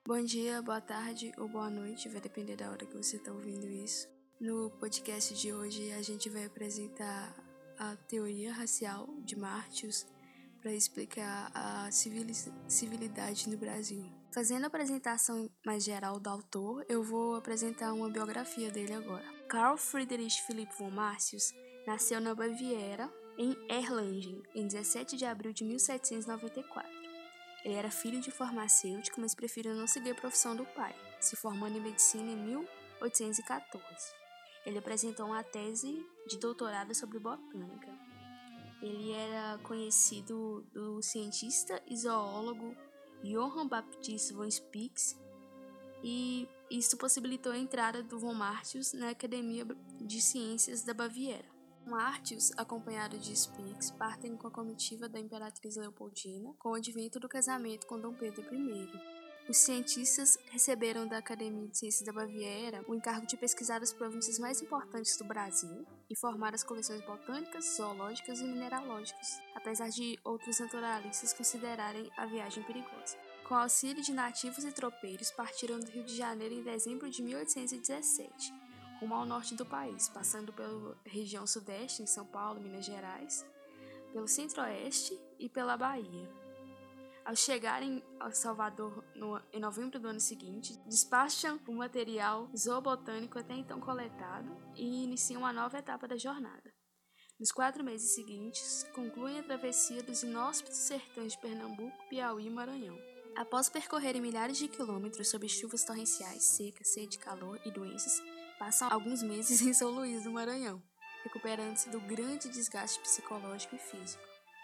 Bom dia, boa tarde ou boa noite, vai depender da hora que você está ouvindo isso. No podcast de hoje a gente vai apresentar a teoria racial de Martius para explicar a civilidade no Brasil. Fazendo a apresentação mais geral do autor, eu vou apresentar uma biografia dele agora. Carl Friedrich Philipp von Martius nasceu na Baviera, em Erlangen, em 17 de abril de 1794. Ele era filho de farmacêutico, mas preferiu não seguir a profissão do pai, se formando em medicina em 1814. Ele apresentou uma tese de doutorado sobre botânica. Ele era conhecido do cientista e zoólogo Johann Baptist von Spix, e isso possibilitou a entrada do von Martius na Academia de Ciências da Baviera. Martius, acompanhado de Spix, partem com a comitiva da imperatriz Leopoldina com o advento do casamento com Dom Pedro I. Os cientistas receberam da Academia de Ciências da Baviera o encargo de pesquisar as províncias mais importantes do Brasil e formar as coleções botânicas, zoológicas e mineralógicas, apesar de outros naturalistas considerarem a viagem perigosa. Com auxílio de nativos e tropeiros, partiram do Rio de Janeiro em dezembro de 1817, rumo ao norte do país, passando pela região sudeste, em São Paulo, Minas Gerais, pelo centro-oeste e pela Bahia. Ao chegarem a Salvador em novembro do ano seguinte, despacham o material zoobotânico até então coletado e iniciam uma nova etapa da jornada. Nos 4 meses seguintes, concluem a travessia dos inóspitos sertões de Pernambuco, Piauí e Maranhão. Após percorrerem milhares de quilômetros sob chuvas torrenciais, seca, sede, calor e doenças, passam alguns meses em São Luís do Maranhão, recuperando-se do grande desgaste psicológico e físico.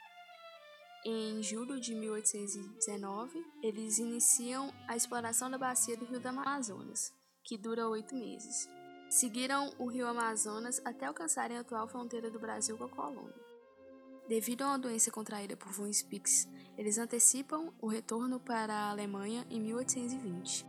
Em julho de 1819, eles iniciam a exploração da bacia do Rio do Amazonas, que dura 8 meses. Seguiram o Rio Amazonas até alcançarem a atual fronteira do Brasil com a Colômbia. Devido a uma doença contraída por von Spix, eles antecipam o retorno para a Alemanha em 1820.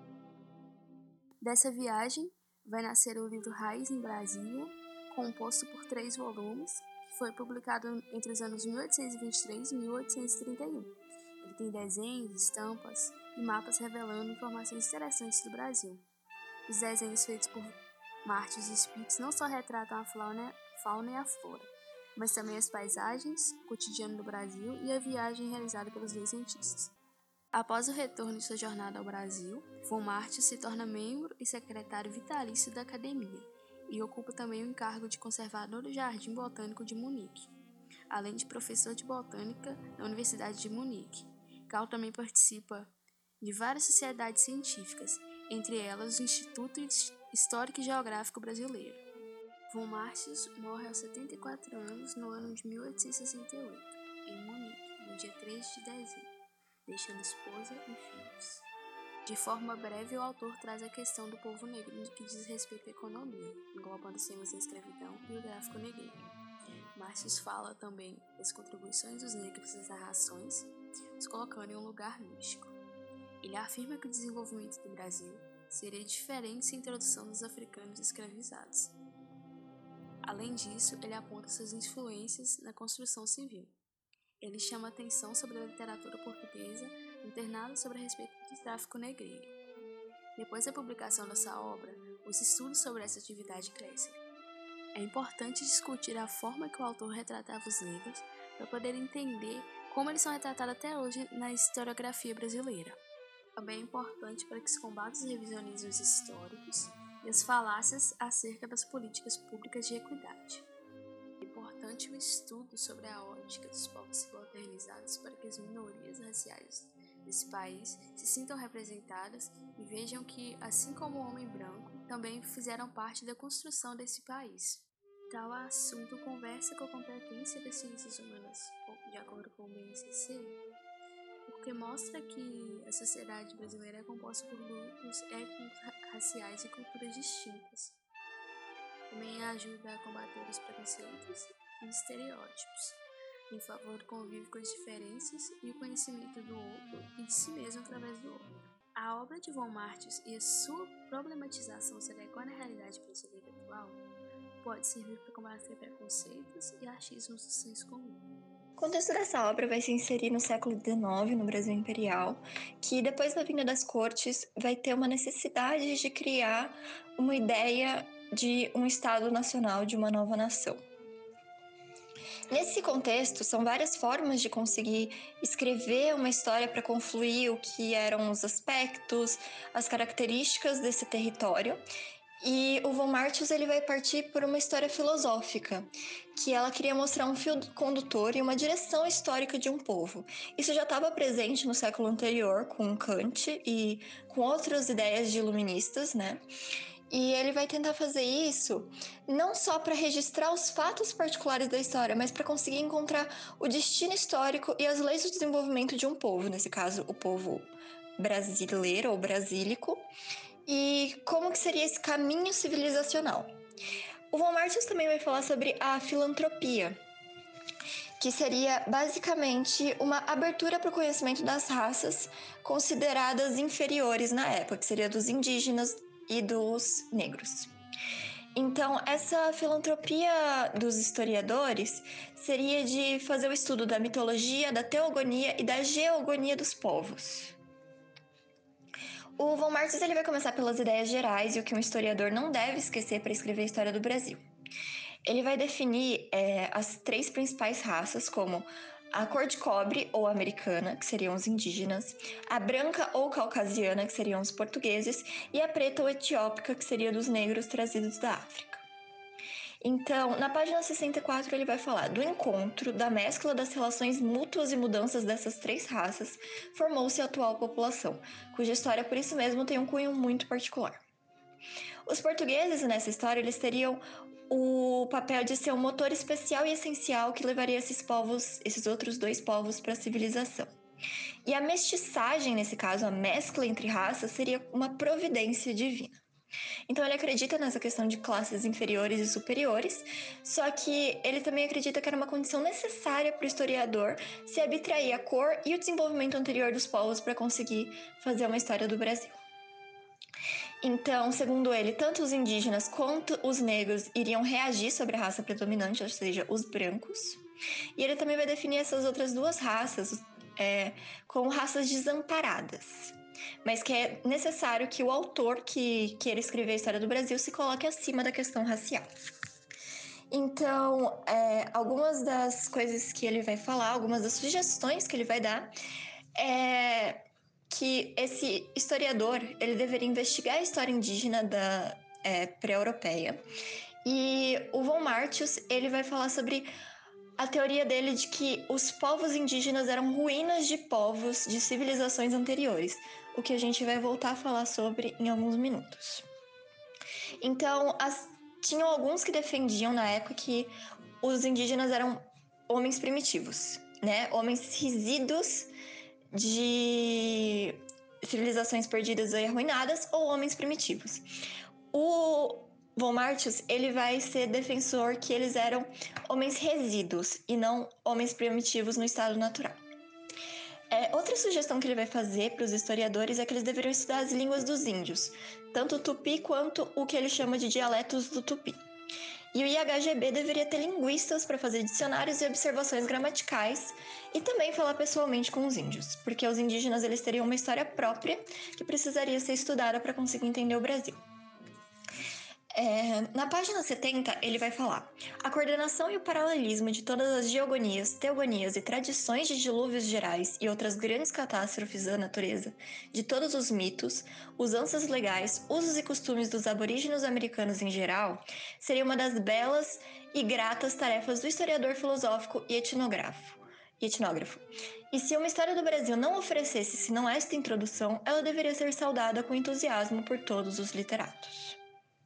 Dessa viagem, vai nascer o livro Raiz em Brasília, composto por 3 volumes, que foi publicado entre os anos de 1823 e 1831. Ele tem desenhos, estampas e mapas revelando informações interessantes do Brasil. Os desenhos feitos por Martius e Spix não só retratam a fauna e a flora, mas também as paisagens, o cotidiano do Brasil e a viagem realizada pelos 2 cientistas. Após o retorno de sua jornada ao Brasil, von Martius se torna membro e secretário vitalício da Academia e ocupa também o encargo de conservador do Jardim Botânico de Munique, além de professor de botânica na Universidade de Munique. Carl também participa de várias sociedades científicas, entre elas o Instituto Histórico e Geográfico Brasileiro. Von Martius morre aos 74 anos no ano de 1868, em Munique, no dia 3 de dezembro, deixando esposa e filhos. De forma breve, o autor traz a questão do povo negro no que diz respeito à economia, englobando os temas da escravidão e o gráfico negreiro. Martius fala também das contribuições dos negros às narrações, os colocando em um lugar místico. Ele afirma que o desenvolvimento do Brasil seria diferente sem a introdução dos africanos escravizados. Além disso, ele aponta suas influências na construção civil. Ele chama atenção sobre a literatura portuguesa, internada sobre a respeito do tráfico negreiro. Depois da publicação dessa obra, os estudos sobre essa atividade crescem. É importante discutir a forma que o autor retratava os negros para poder entender como eles são retratados até hoje na historiografia brasileira. Também é importante para que se combata os revisionismos históricos e as falácias acerca das políticas públicas de equidade. É importante o estudo sobre a ótica dos povos subalternizados para que as minorias raciais desse país se sintam representadas e vejam que, assim como o homem branco, também fizeram parte da construção desse país. Tal assunto conversa com a competência das ciências humanas, de acordo com o BNCC, porque mostra que a sociedade brasileira é composta por grupos étnicos, raciais e culturas distintas. Também ajuda a combater os preconceitos e estereótipos, em favor do convívio com as diferenças e o conhecimento do outro e de si mesmo através do outro. A obra de von Martius e a sua problematização se adequar à realidade brasileira atual pode servir para combater preconceitos e achismos do senso comum. O contexto dessa obra vai se inserir no século XIX, no Brasil Imperial, que depois da vinda das cortes vai ter uma necessidade de criar uma ideia de um Estado nacional, de uma nova nação. Nesse contexto, são várias formas de conseguir escrever uma história para confluir o que eram os aspectos, as características desse território. E o Von Martius ele vai partir por uma história filosófica, que ela queria mostrar um fio condutor e uma direção histórica de um povo. Isso já estava presente no século anterior com Kant e com outras ideias de iluministas, né? E ele vai tentar fazer isso não só para registrar os fatos particulares da história, mas para conseguir encontrar o destino histórico e as leis do desenvolvimento de um povo, nesse caso, o povo brasileiro ou brasílico, e como que seria esse caminho civilizacional. O Von Martius também vai falar sobre a filantropia, que seria basicamente uma abertura para o conhecimento das raças consideradas inferiores na época, que seria dos indígenas e dos negros. Então, essa filantropia dos historiadores seria de fazer o estudo da mitologia, da teogonia e da geogonia dos povos. O Von Martius ele vai começar pelas ideias gerais e o que um historiador não deve esquecer para escrever a história do Brasil. Ele vai definir as 3 principais raças como a cor de cobre ou americana, que seriam os indígenas, a branca ou caucasiana, que seriam os portugueses, e a preta ou etiópica, que seria dos negros trazidos da África. Então, na página 64, ele vai falar do encontro, da mescla das relações mútuas e mudanças dessas 3 raças, formou-se a atual população, cuja história, por isso mesmo, tem um cunho muito particular. Os portugueses, nessa história, eles teriam o papel de ser um motor especial e essencial que levaria esses outros 2 povos para a civilização. E a mestiçagem, nesse caso, a mescla entre raças, seria uma providência divina. Então ele acredita nessa questão de classes inferiores e superiores, só que ele também acredita que era uma condição necessária para o historiador se abstrair a cor e o desenvolvimento anterior dos povos para conseguir fazer uma história do Brasil. Então, segundo ele, tanto os indígenas quanto os negros iriam reagir sobre a raça predominante, ou seja, os brancos. E ele também vai definir essas outras 2 raças como raças desamparadas. Mas que é necessário que o autor que queira escrever a história do Brasil se coloque acima da questão racial. Então, algumas das coisas que ele vai falar, algumas das sugestões que ele vai dar é que esse historiador ele deveria investigar a história indígena da pré-europeia. E o Von Martius ele vai falar sobre a teoria dele de que os povos indígenas eram ruínas de povos de civilizações anteriores, o que a gente vai voltar a falar sobre em alguns minutos. Então, tinham alguns que defendiam na época que os indígenas eram homens primitivos, né? Homens resíduos de civilizações perdidas e arruinadas ou homens primitivos. O Von Martius, ele vai ser defensor que eles eram homens resíduos e não homens primitivos no estado natural. Outra sugestão que ele vai fazer para os historiadores é que eles deveriam estudar as línguas dos índios, tanto o tupi quanto o que ele chama de dialetos do tupi. E o IHGB deveria ter linguistas para fazer dicionários e observações gramaticais e também falar pessoalmente com os índios, porque os indígenas eles teriam uma história própria que precisaria ser estudada para conseguir entender o Brasil. Na página 70, ele vai falar: a coordenação e o paralelismo de todas as geogonias, teogonias e tradições de dilúvios gerais e outras grandes catástrofes da natureza, de todos os mitos, usanças legais, usos e costumes dos aborígenes americanos em geral, seria uma das belas e gratas tarefas do historiador filosófico e etnógrafo. E se uma história do Brasil não oferecesse senão esta introdução, ela deveria ser saudada com entusiasmo por todos os literatos.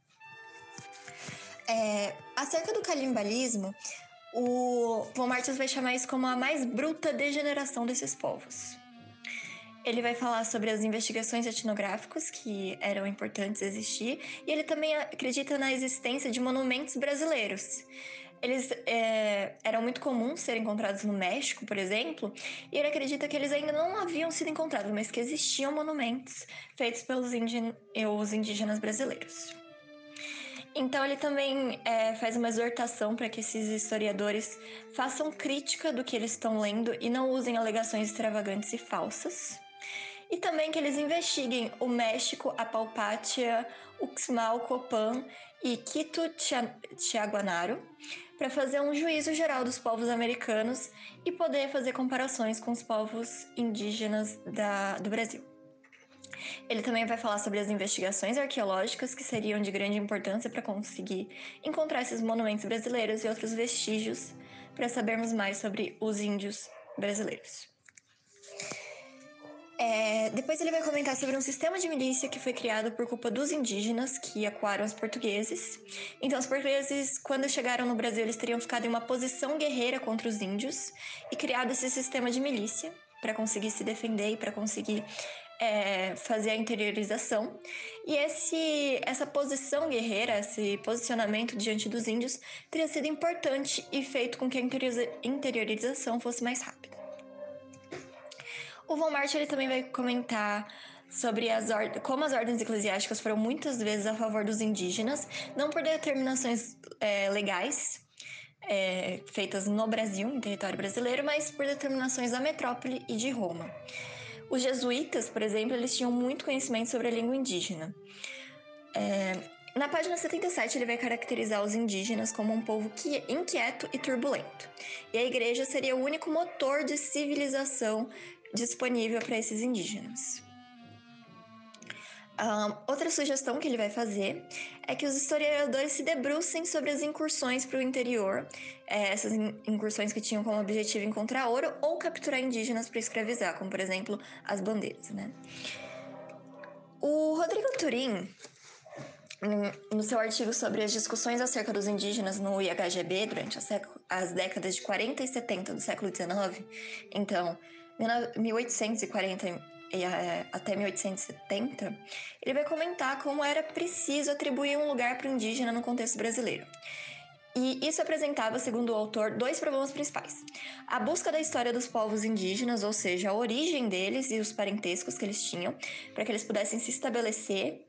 Acerca do canibalismo, o Von Martius vai chamar isso como a mais bruta degeneração desses povos. Ele vai falar sobre as investigações etnográficas que eram importantes existir, e ele também acredita na existência de monumentos brasileiros. Eles eram muito comuns ser encontrados no México, por exemplo, e ele acredita que eles ainda não haviam sido encontrados, mas que existiam monumentos feitos pelos indígenas brasileiros. Então, ele também faz uma exortação para que esses historiadores façam crítica do que eles estão lendo e não usem alegações extravagantes e falsas. E também que eles investiguem o México, a Palpátia, Uxmal, Copan e Quito Tiaguanaro para fazer um juízo geral dos povos americanos e poder fazer comparações com os povos indígenas do Brasil. Ele também vai falar sobre as investigações arqueológicas que seriam de grande importância para conseguir encontrar esses monumentos brasileiros e outros vestígios para sabermos mais sobre os índios brasileiros. Depois ele vai comentar sobre um sistema de milícia que foi criado por culpa dos indígenas que acuaram os portugueses. Então, os portugueses, quando chegaram no Brasil, eles teriam ficado em uma posição guerreira contra os índios e criado esse sistema de milícia para conseguir se defender e para conseguir fazer a interiorização. E essa posição guerreira, esse posicionamento diante dos índios, teria sido importante e feito com que a interiorização fosse mais rápida. O Von March ele também vai comentar sobre como as ordens eclesiásticas foram muitas vezes a favor dos indígenas, não por determinações legais feitas no Brasil, em território brasileiro, mas por determinações da metrópole e de Roma. Os jesuítas, por exemplo, eles tinham muito conhecimento sobre a língua indígena. Na página 77, ele vai caracterizar os indígenas como um povo inquieto e turbulento. E a igreja seria o único motor de civilização disponível para esses indígenas. Outra sugestão que ele vai fazer é que os historiadores se debrucem sobre as incursões para o interior, essas incursões que tinham como objetivo encontrar ouro ou capturar indígenas para escravizar, como por exemplo as bandeiras, né? O Rodrigo Turim, no seu artigo sobre as discussões acerca dos indígenas no IHGB durante as décadas de 40 e 70 do século XIX, então 1840 até 1870, ele vai comentar como era preciso atribuir um lugar para o indígena no contexto brasileiro. E isso apresentava, segundo o autor, 2 problemas principais. A busca da história dos povos indígenas, ou seja, a origem deles e os parentescos que eles tinham, para que eles pudessem se estabelecer,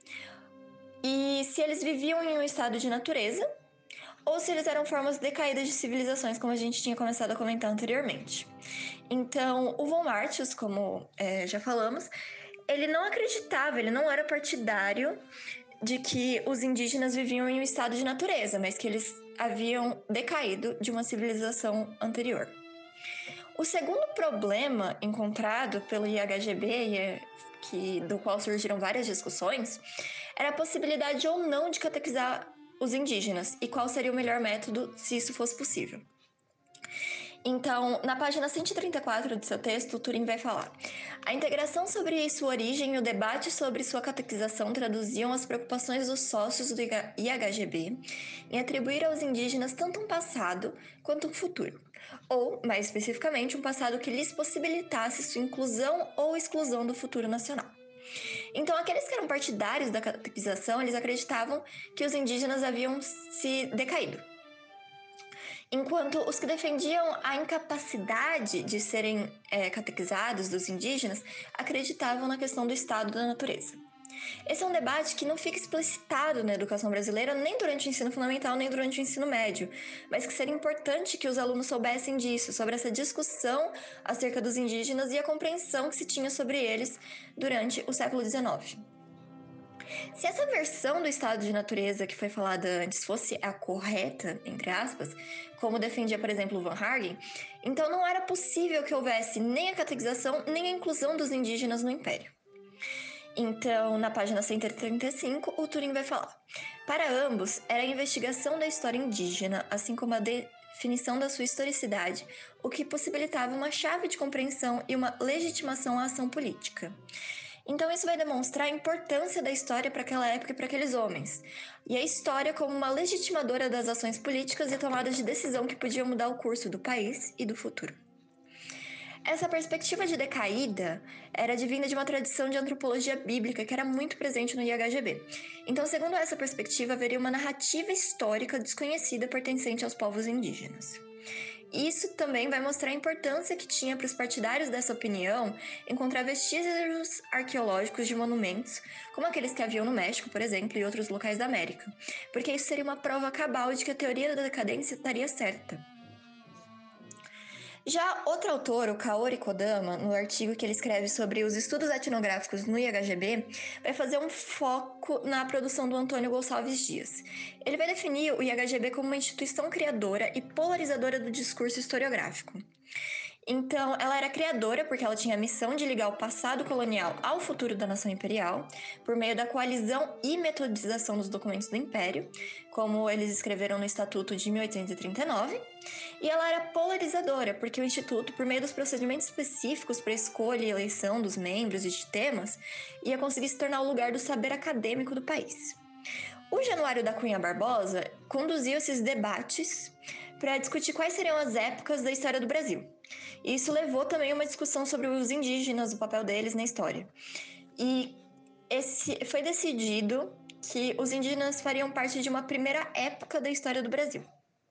e se eles viviam em um estado de natureza, ou se eles eram formas decaídas de civilizações, como a gente tinha começado a comentar anteriormente. Então, o Von Martius, como já falamos, ele não acreditava, ele não era partidário de que os indígenas viviam em um estado de natureza, mas que eles haviam decaído de uma civilização anterior. O segundo problema encontrado pelo IHGB, do qual surgiram várias discussões, era a possibilidade ou não de catequizar os indígenas e qual seria o melhor método se isso fosse possível. Então, na página 134 do seu texto, o Turim vai falar: a integração sobre sua origem e o debate sobre sua catequização traduziam as preocupações dos sócios do IHGB em atribuir aos indígenas tanto um passado quanto um futuro, ou, mais especificamente, um passado que lhes possibilitasse sua inclusão ou exclusão do futuro nacional. Então, aqueles que eram partidários da catequização, eles acreditavam que os indígenas haviam se decaído, enquanto os que defendiam a incapacidade de serem catequizados dos indígenas acreditavam na questão do estado da natureza. Esse é um debate que não fica explicitado na educação brasileira nem durante o ensino fundamental, nem durante o ensino médio, mas que seria importante que os alunos soubessem disso, sobre essa discussão acerca dos indígenas e a compreensão que se tinha sobre eles durante o século XIX. Se essa versão do estado de natureza que foi falada antes fosse a correta, entre aspas, como defendia, por exemplo, Van Hagen, então não era possível que houvesse nem a catequização nem a inclusão dos indígenas no Império. Então, na página 135, o Turim vai falar: para ambos, era a investigação da história indígena, assim como a definição da sua historicidade, o que possibilitava uma chave de compreensão e uma legitimação à ação política. Então, isso vai demonstrar a importância da história para aquela época e para aqueles homens, e a história como uma legitimadora das ações políticas e tomadas de decisão que podiam mudar o curso do país e do futuro. Essa perspectiva de decaída era advinda de uma tradição de antropologia bíblica que era muito presente no IHGB. Então, segundo essa perspectiva, haveria uma narrativa histórica desconhecida pertencente aos povos indígenas. Isso também vai mostrar a importância que tinha para os partidários dessa opinião encontrar vestígios arqueológicos de monumentos, como aqueles que haviam no México, por exemplo, e outros locais da América, porque isso seria uma prova cabal de que a teoria da decadência estaria certa. Já outro autor, o Kaori Kodama, no artigo que ele escreve sobre os estudos etnográficos no IHGB, vai fazer um foco na produção do Antônio Gonçalves Dias. Ele vai definir o IHGB como uma instituição criadora e polarizadora do discurso historiográfico. Então, ela era criadora porque ela tinha a missão de ligar o passado colonial ao futuro da nação imperial, por meio da coalizão e metodização dos documentos do Império, como eles escreveram no Estatuto de 1839. E ela era polarizadora, porque o Instituto, por meio dos procedimentos específicos para escolha e eleição dos membros e de temas, ia conseguir se tornar o lugar do saber acadêmico do país. O Januário da Cunha Barbosa conduziu esses debates para discutir quais seriam as épocas da história do Brasil. E isso levou também a uma discussão sobre os indígenas, o papel deles na história. E foi decidido que os indígenas fariam parte de uma primeira época da história do Brasil.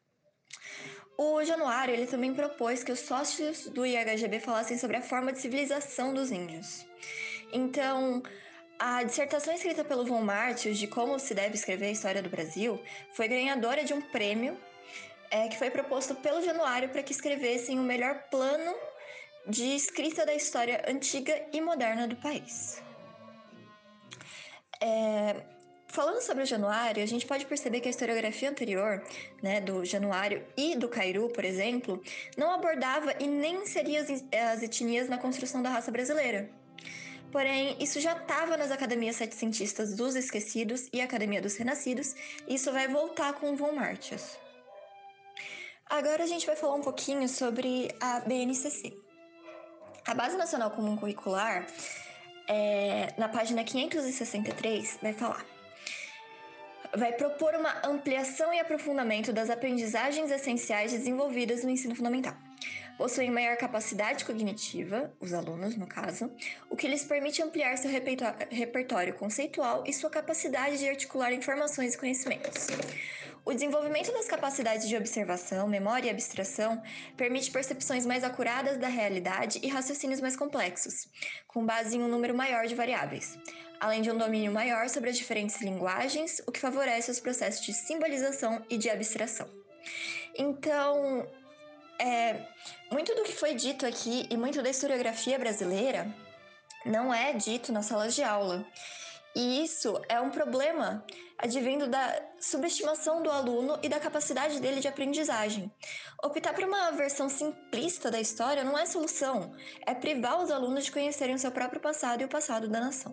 O Januário ele também propôs que os sócios do IHGB falassem sobre a forma de civilização dos índios. Então, a dissertação escrita pelo Von Martius de como se deve escrever a história do Brasil foi ganhadora de um prêmio que foi proposto pelo Januário para que escrevessem o melhor plano de escrita da história antiga e moderna do país. Falando sobre o Januário, a gente pode perceber que a historiografia anterior, do Januário e do Cairu, por exemplo, não abordava e nem inseria as etnias na construção da raça brasileira. Porém, isso já estava nas academias setecentistas dos esquecidos e Academia dos Renascidos, e isso vai voltar com o Von Martius. Agora a gente vai falar um pouquinho sobre a BNCC. A Base Nacional Comum Curricular, na página 563, vai propor uma ampliação e aprofundamento das aprendizagens essenciais desenvolvidas no ensino fundamental. Possuem maior capacidade cognitiva, os alunos no caso, o que lhes permite ampliar seu repertório conceitual e sua capacidade de articular informações e conhecimentos. O desenvolvimento das capacidades de observação, memória e abstração permite percepções mais acuradas da realidade e raciocínios mais complexos, com base em um número maior de variáveis, além de um domínio maior sobre as diferentes linguagens, o que favorece os processos de simbolização e de abstração. Então, muito do que foi dito aqui e muito da historiografia brasileira não é dito nas salas de aula. E isso é um problema advindo da subestimação do aluno e da capacidade dele de aprendizagem. Optar por uma versão simplista da história não é solução, é privar os alunos de conhecerem o seu próprio passado e o passado da nação.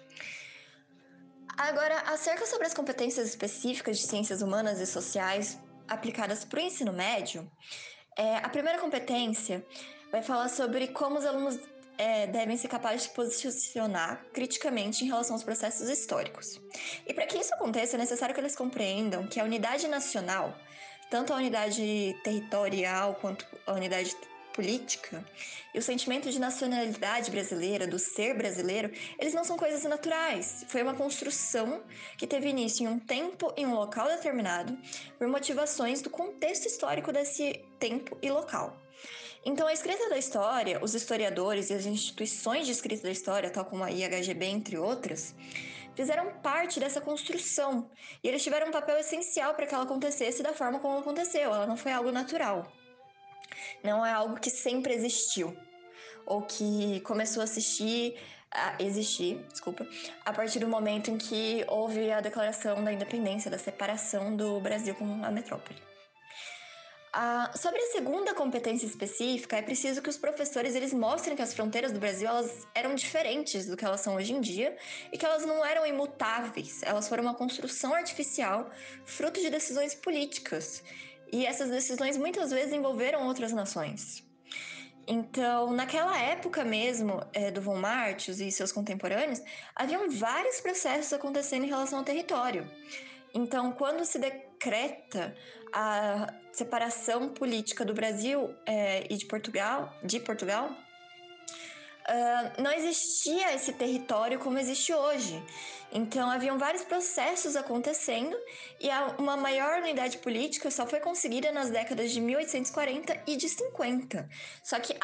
Agora, acerca sobre as competências específicas de ciências humanas e sociais aplicadas para o ensino médio, a primeira competência vai falar sobre como os alunos devem ser capazes de posicionar criticamente em relação aos processos históricos. E para que isso aconteça, é necessário que eles compreendam que a unidade nacional, tanto a unidade territorial quanto a unidade política, e o sentimento de nacionalidade brasileira, do ser brasileiro, eles não são coisas naturais. Foi uma construção que teve início em um tempo e um local determinado, por motivações do contexto histórico desse tempo e local. Então, a escrita da história, os historiadores e as instituições de escrita da história, tal como a IHGB, entre outras, fizeram parte dessa construção. E eles tiveram um papel essencial para que ela acontecesse da forma como aconteceu. Ela não foi algo natural. Não é algo que sempre existiu. Ou que começou a existir, a partir do momento em que houve a declaração da independência, da separação do Brasil com a metrópole. Sobre a segunda competência específica, é preciso que os professores eles mostrem que as fronteiras do Brasil elas eram diferentes do que elas são hoje em dia e que elas não eram imutáveis, elas foram uma construção artificial, fruto de decisões políticas. E essas decisões muitas vezes envolveram outras nações. Então, naquela época mesmo do Von Martius e seus contemporâneos, haviam vários processos acontecendo em relação ao território. Então, quando se decreta a separação política do Brasil e de Portugal, não existia esse território como existe hoje. Então, haviam vários processos acontecendo e uma maior unidade política só foi conseguida nas décadas de 1840 e de 50. Só que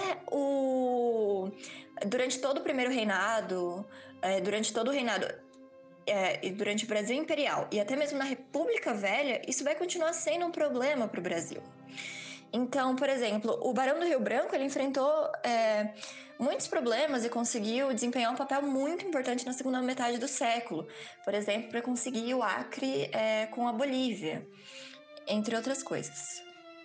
durante todo o primeiro reinado, durante todo o reinado e durante o Brasil Imperial e até mesmo na República Velha, isso vai continuar sendo um problema para o Brasil. Então, por exemplo, o Barão do Rio Branco ele enfrentou muitos problemas e conseguiu desempenhar um papel muito importante na segunda metade do século. Por exemplo, para conseguir o Acre com a Bolívia, entre outras coisas.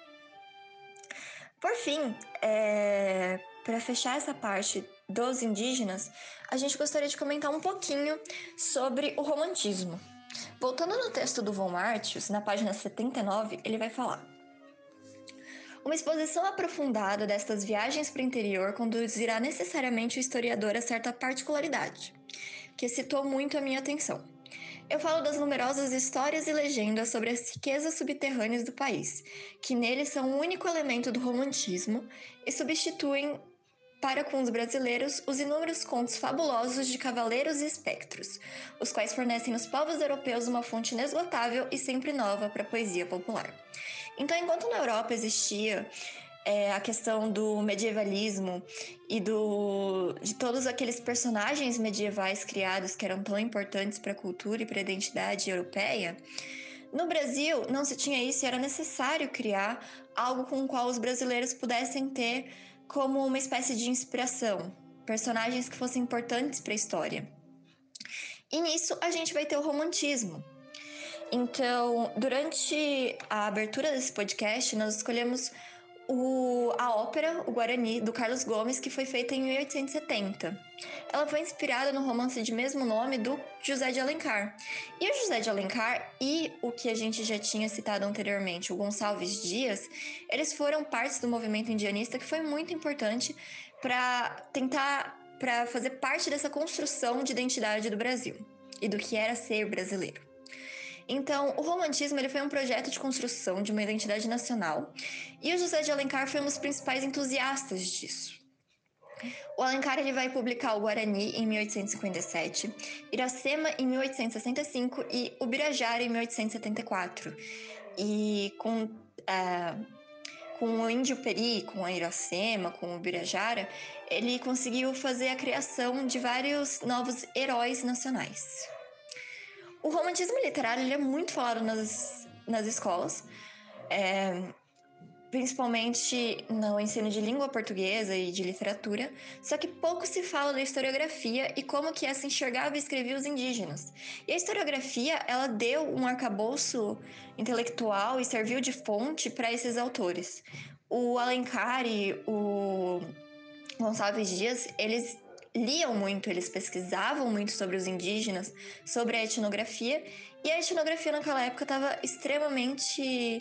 Por fim, para fechar essa parte dos indígenas, a gente gostaria de comentar um pouquinho sobre o romantismo. Voltando no texto do Von Martius, na página 79, ele vai falar: uma exposição aprofundada destas viagens para o interior conduzirá necessariamente o historiador a certa particularidade, que excitou muito a minha atenção. Eu falo das numerosas histórias e legendas sobre as riquezas subterrâneas do país, que neles são o único elemento do romantismo e substituem, para com os brasileiros, os inúmeros contos fabulosos de cavaleiros e espectros, os quais fornecem aos povos europeus uma fonte inesgotável e sempre nova para a poesia popular. Então, enquanto na Europa existia a questão do medievalismo e de todos aqueles personagens medievais criados que eram tão importantes para a cultura e para a identidade europeia, no Brasil não se tinha isso e era necessário criar algo com o qual os brasileiros pudessem ter como uma espécie de inspiração, personagens que fossem importantes para a história. E nisso a gente vai ter o romantismo. Então, durante a abertura desse podcast, nós escolhemos a ópera O Guarani, do Carlos Gomes, que foi feita em 1870. Ela foi inspirada no romance de mesmo nome do José de Alencar. E o José de Alencar e o que a gente já tinha citado anteriormente, o Gonçalves Dias, eles foram partes do movimento indianista que foi muito importante para fazer parte dessa construção de identidade do Brasil e do que era ser brasileiro. Então, o romantismo ele foi um projeto de construção de uma identidade nacional e o José de Alencar foi um dos principais entusiastas disso. O Alencar ele vai publicar o Guarani em 1857, Iracema em 1865 e Ubirajara em 1874. E com o Índio Peri, com a Iracema, com o Ubirajara, ele conseguiu fazer a criação de vários novos heróis nacionais. O romantismo literário ele é muito falado nas escolas, principalmente no ensino de língua portuguesa e de literatura, só que pouco se fala da historiografia e como que essa enxergava e escrevia os indígenas. E a historiografia, ela deu um arcabouço intelectual e serviu de fonte para esses autores. O Alencar e o Gonçalves Dias, eles liam muito, eles pesquisavam muito sobre os indígenas, sobre a etnografia, e a etnografia naquela época estava extremamente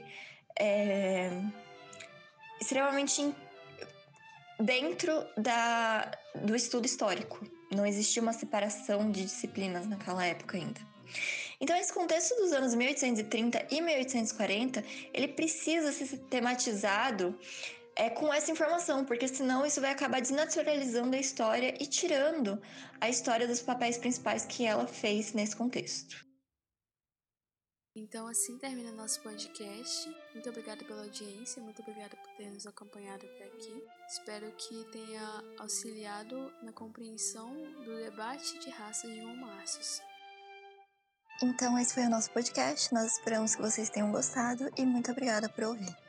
dentro do estudo histórico. Não existia uma separação de disciplinas naquela época ainda. Então, esse contexto dos anos 1830 e 1840, ele precisa ser sistematizado com essa informação, porque senão isso vai acabar desnaturalizando a história e tirando a história dos papéis principais que ela fez nesse contexto. Então, assim termina nosso podcast. Muito obrigada pela audiência, muito obrigada por ter nos acompanhado até aqui. Espero que tenha auxiliado na compreensão do debate de raças de Von Martius. Então, esse foi o nosso podcast. Nós esperamos que vocês tenham gostado e muito obrigada por ouvir.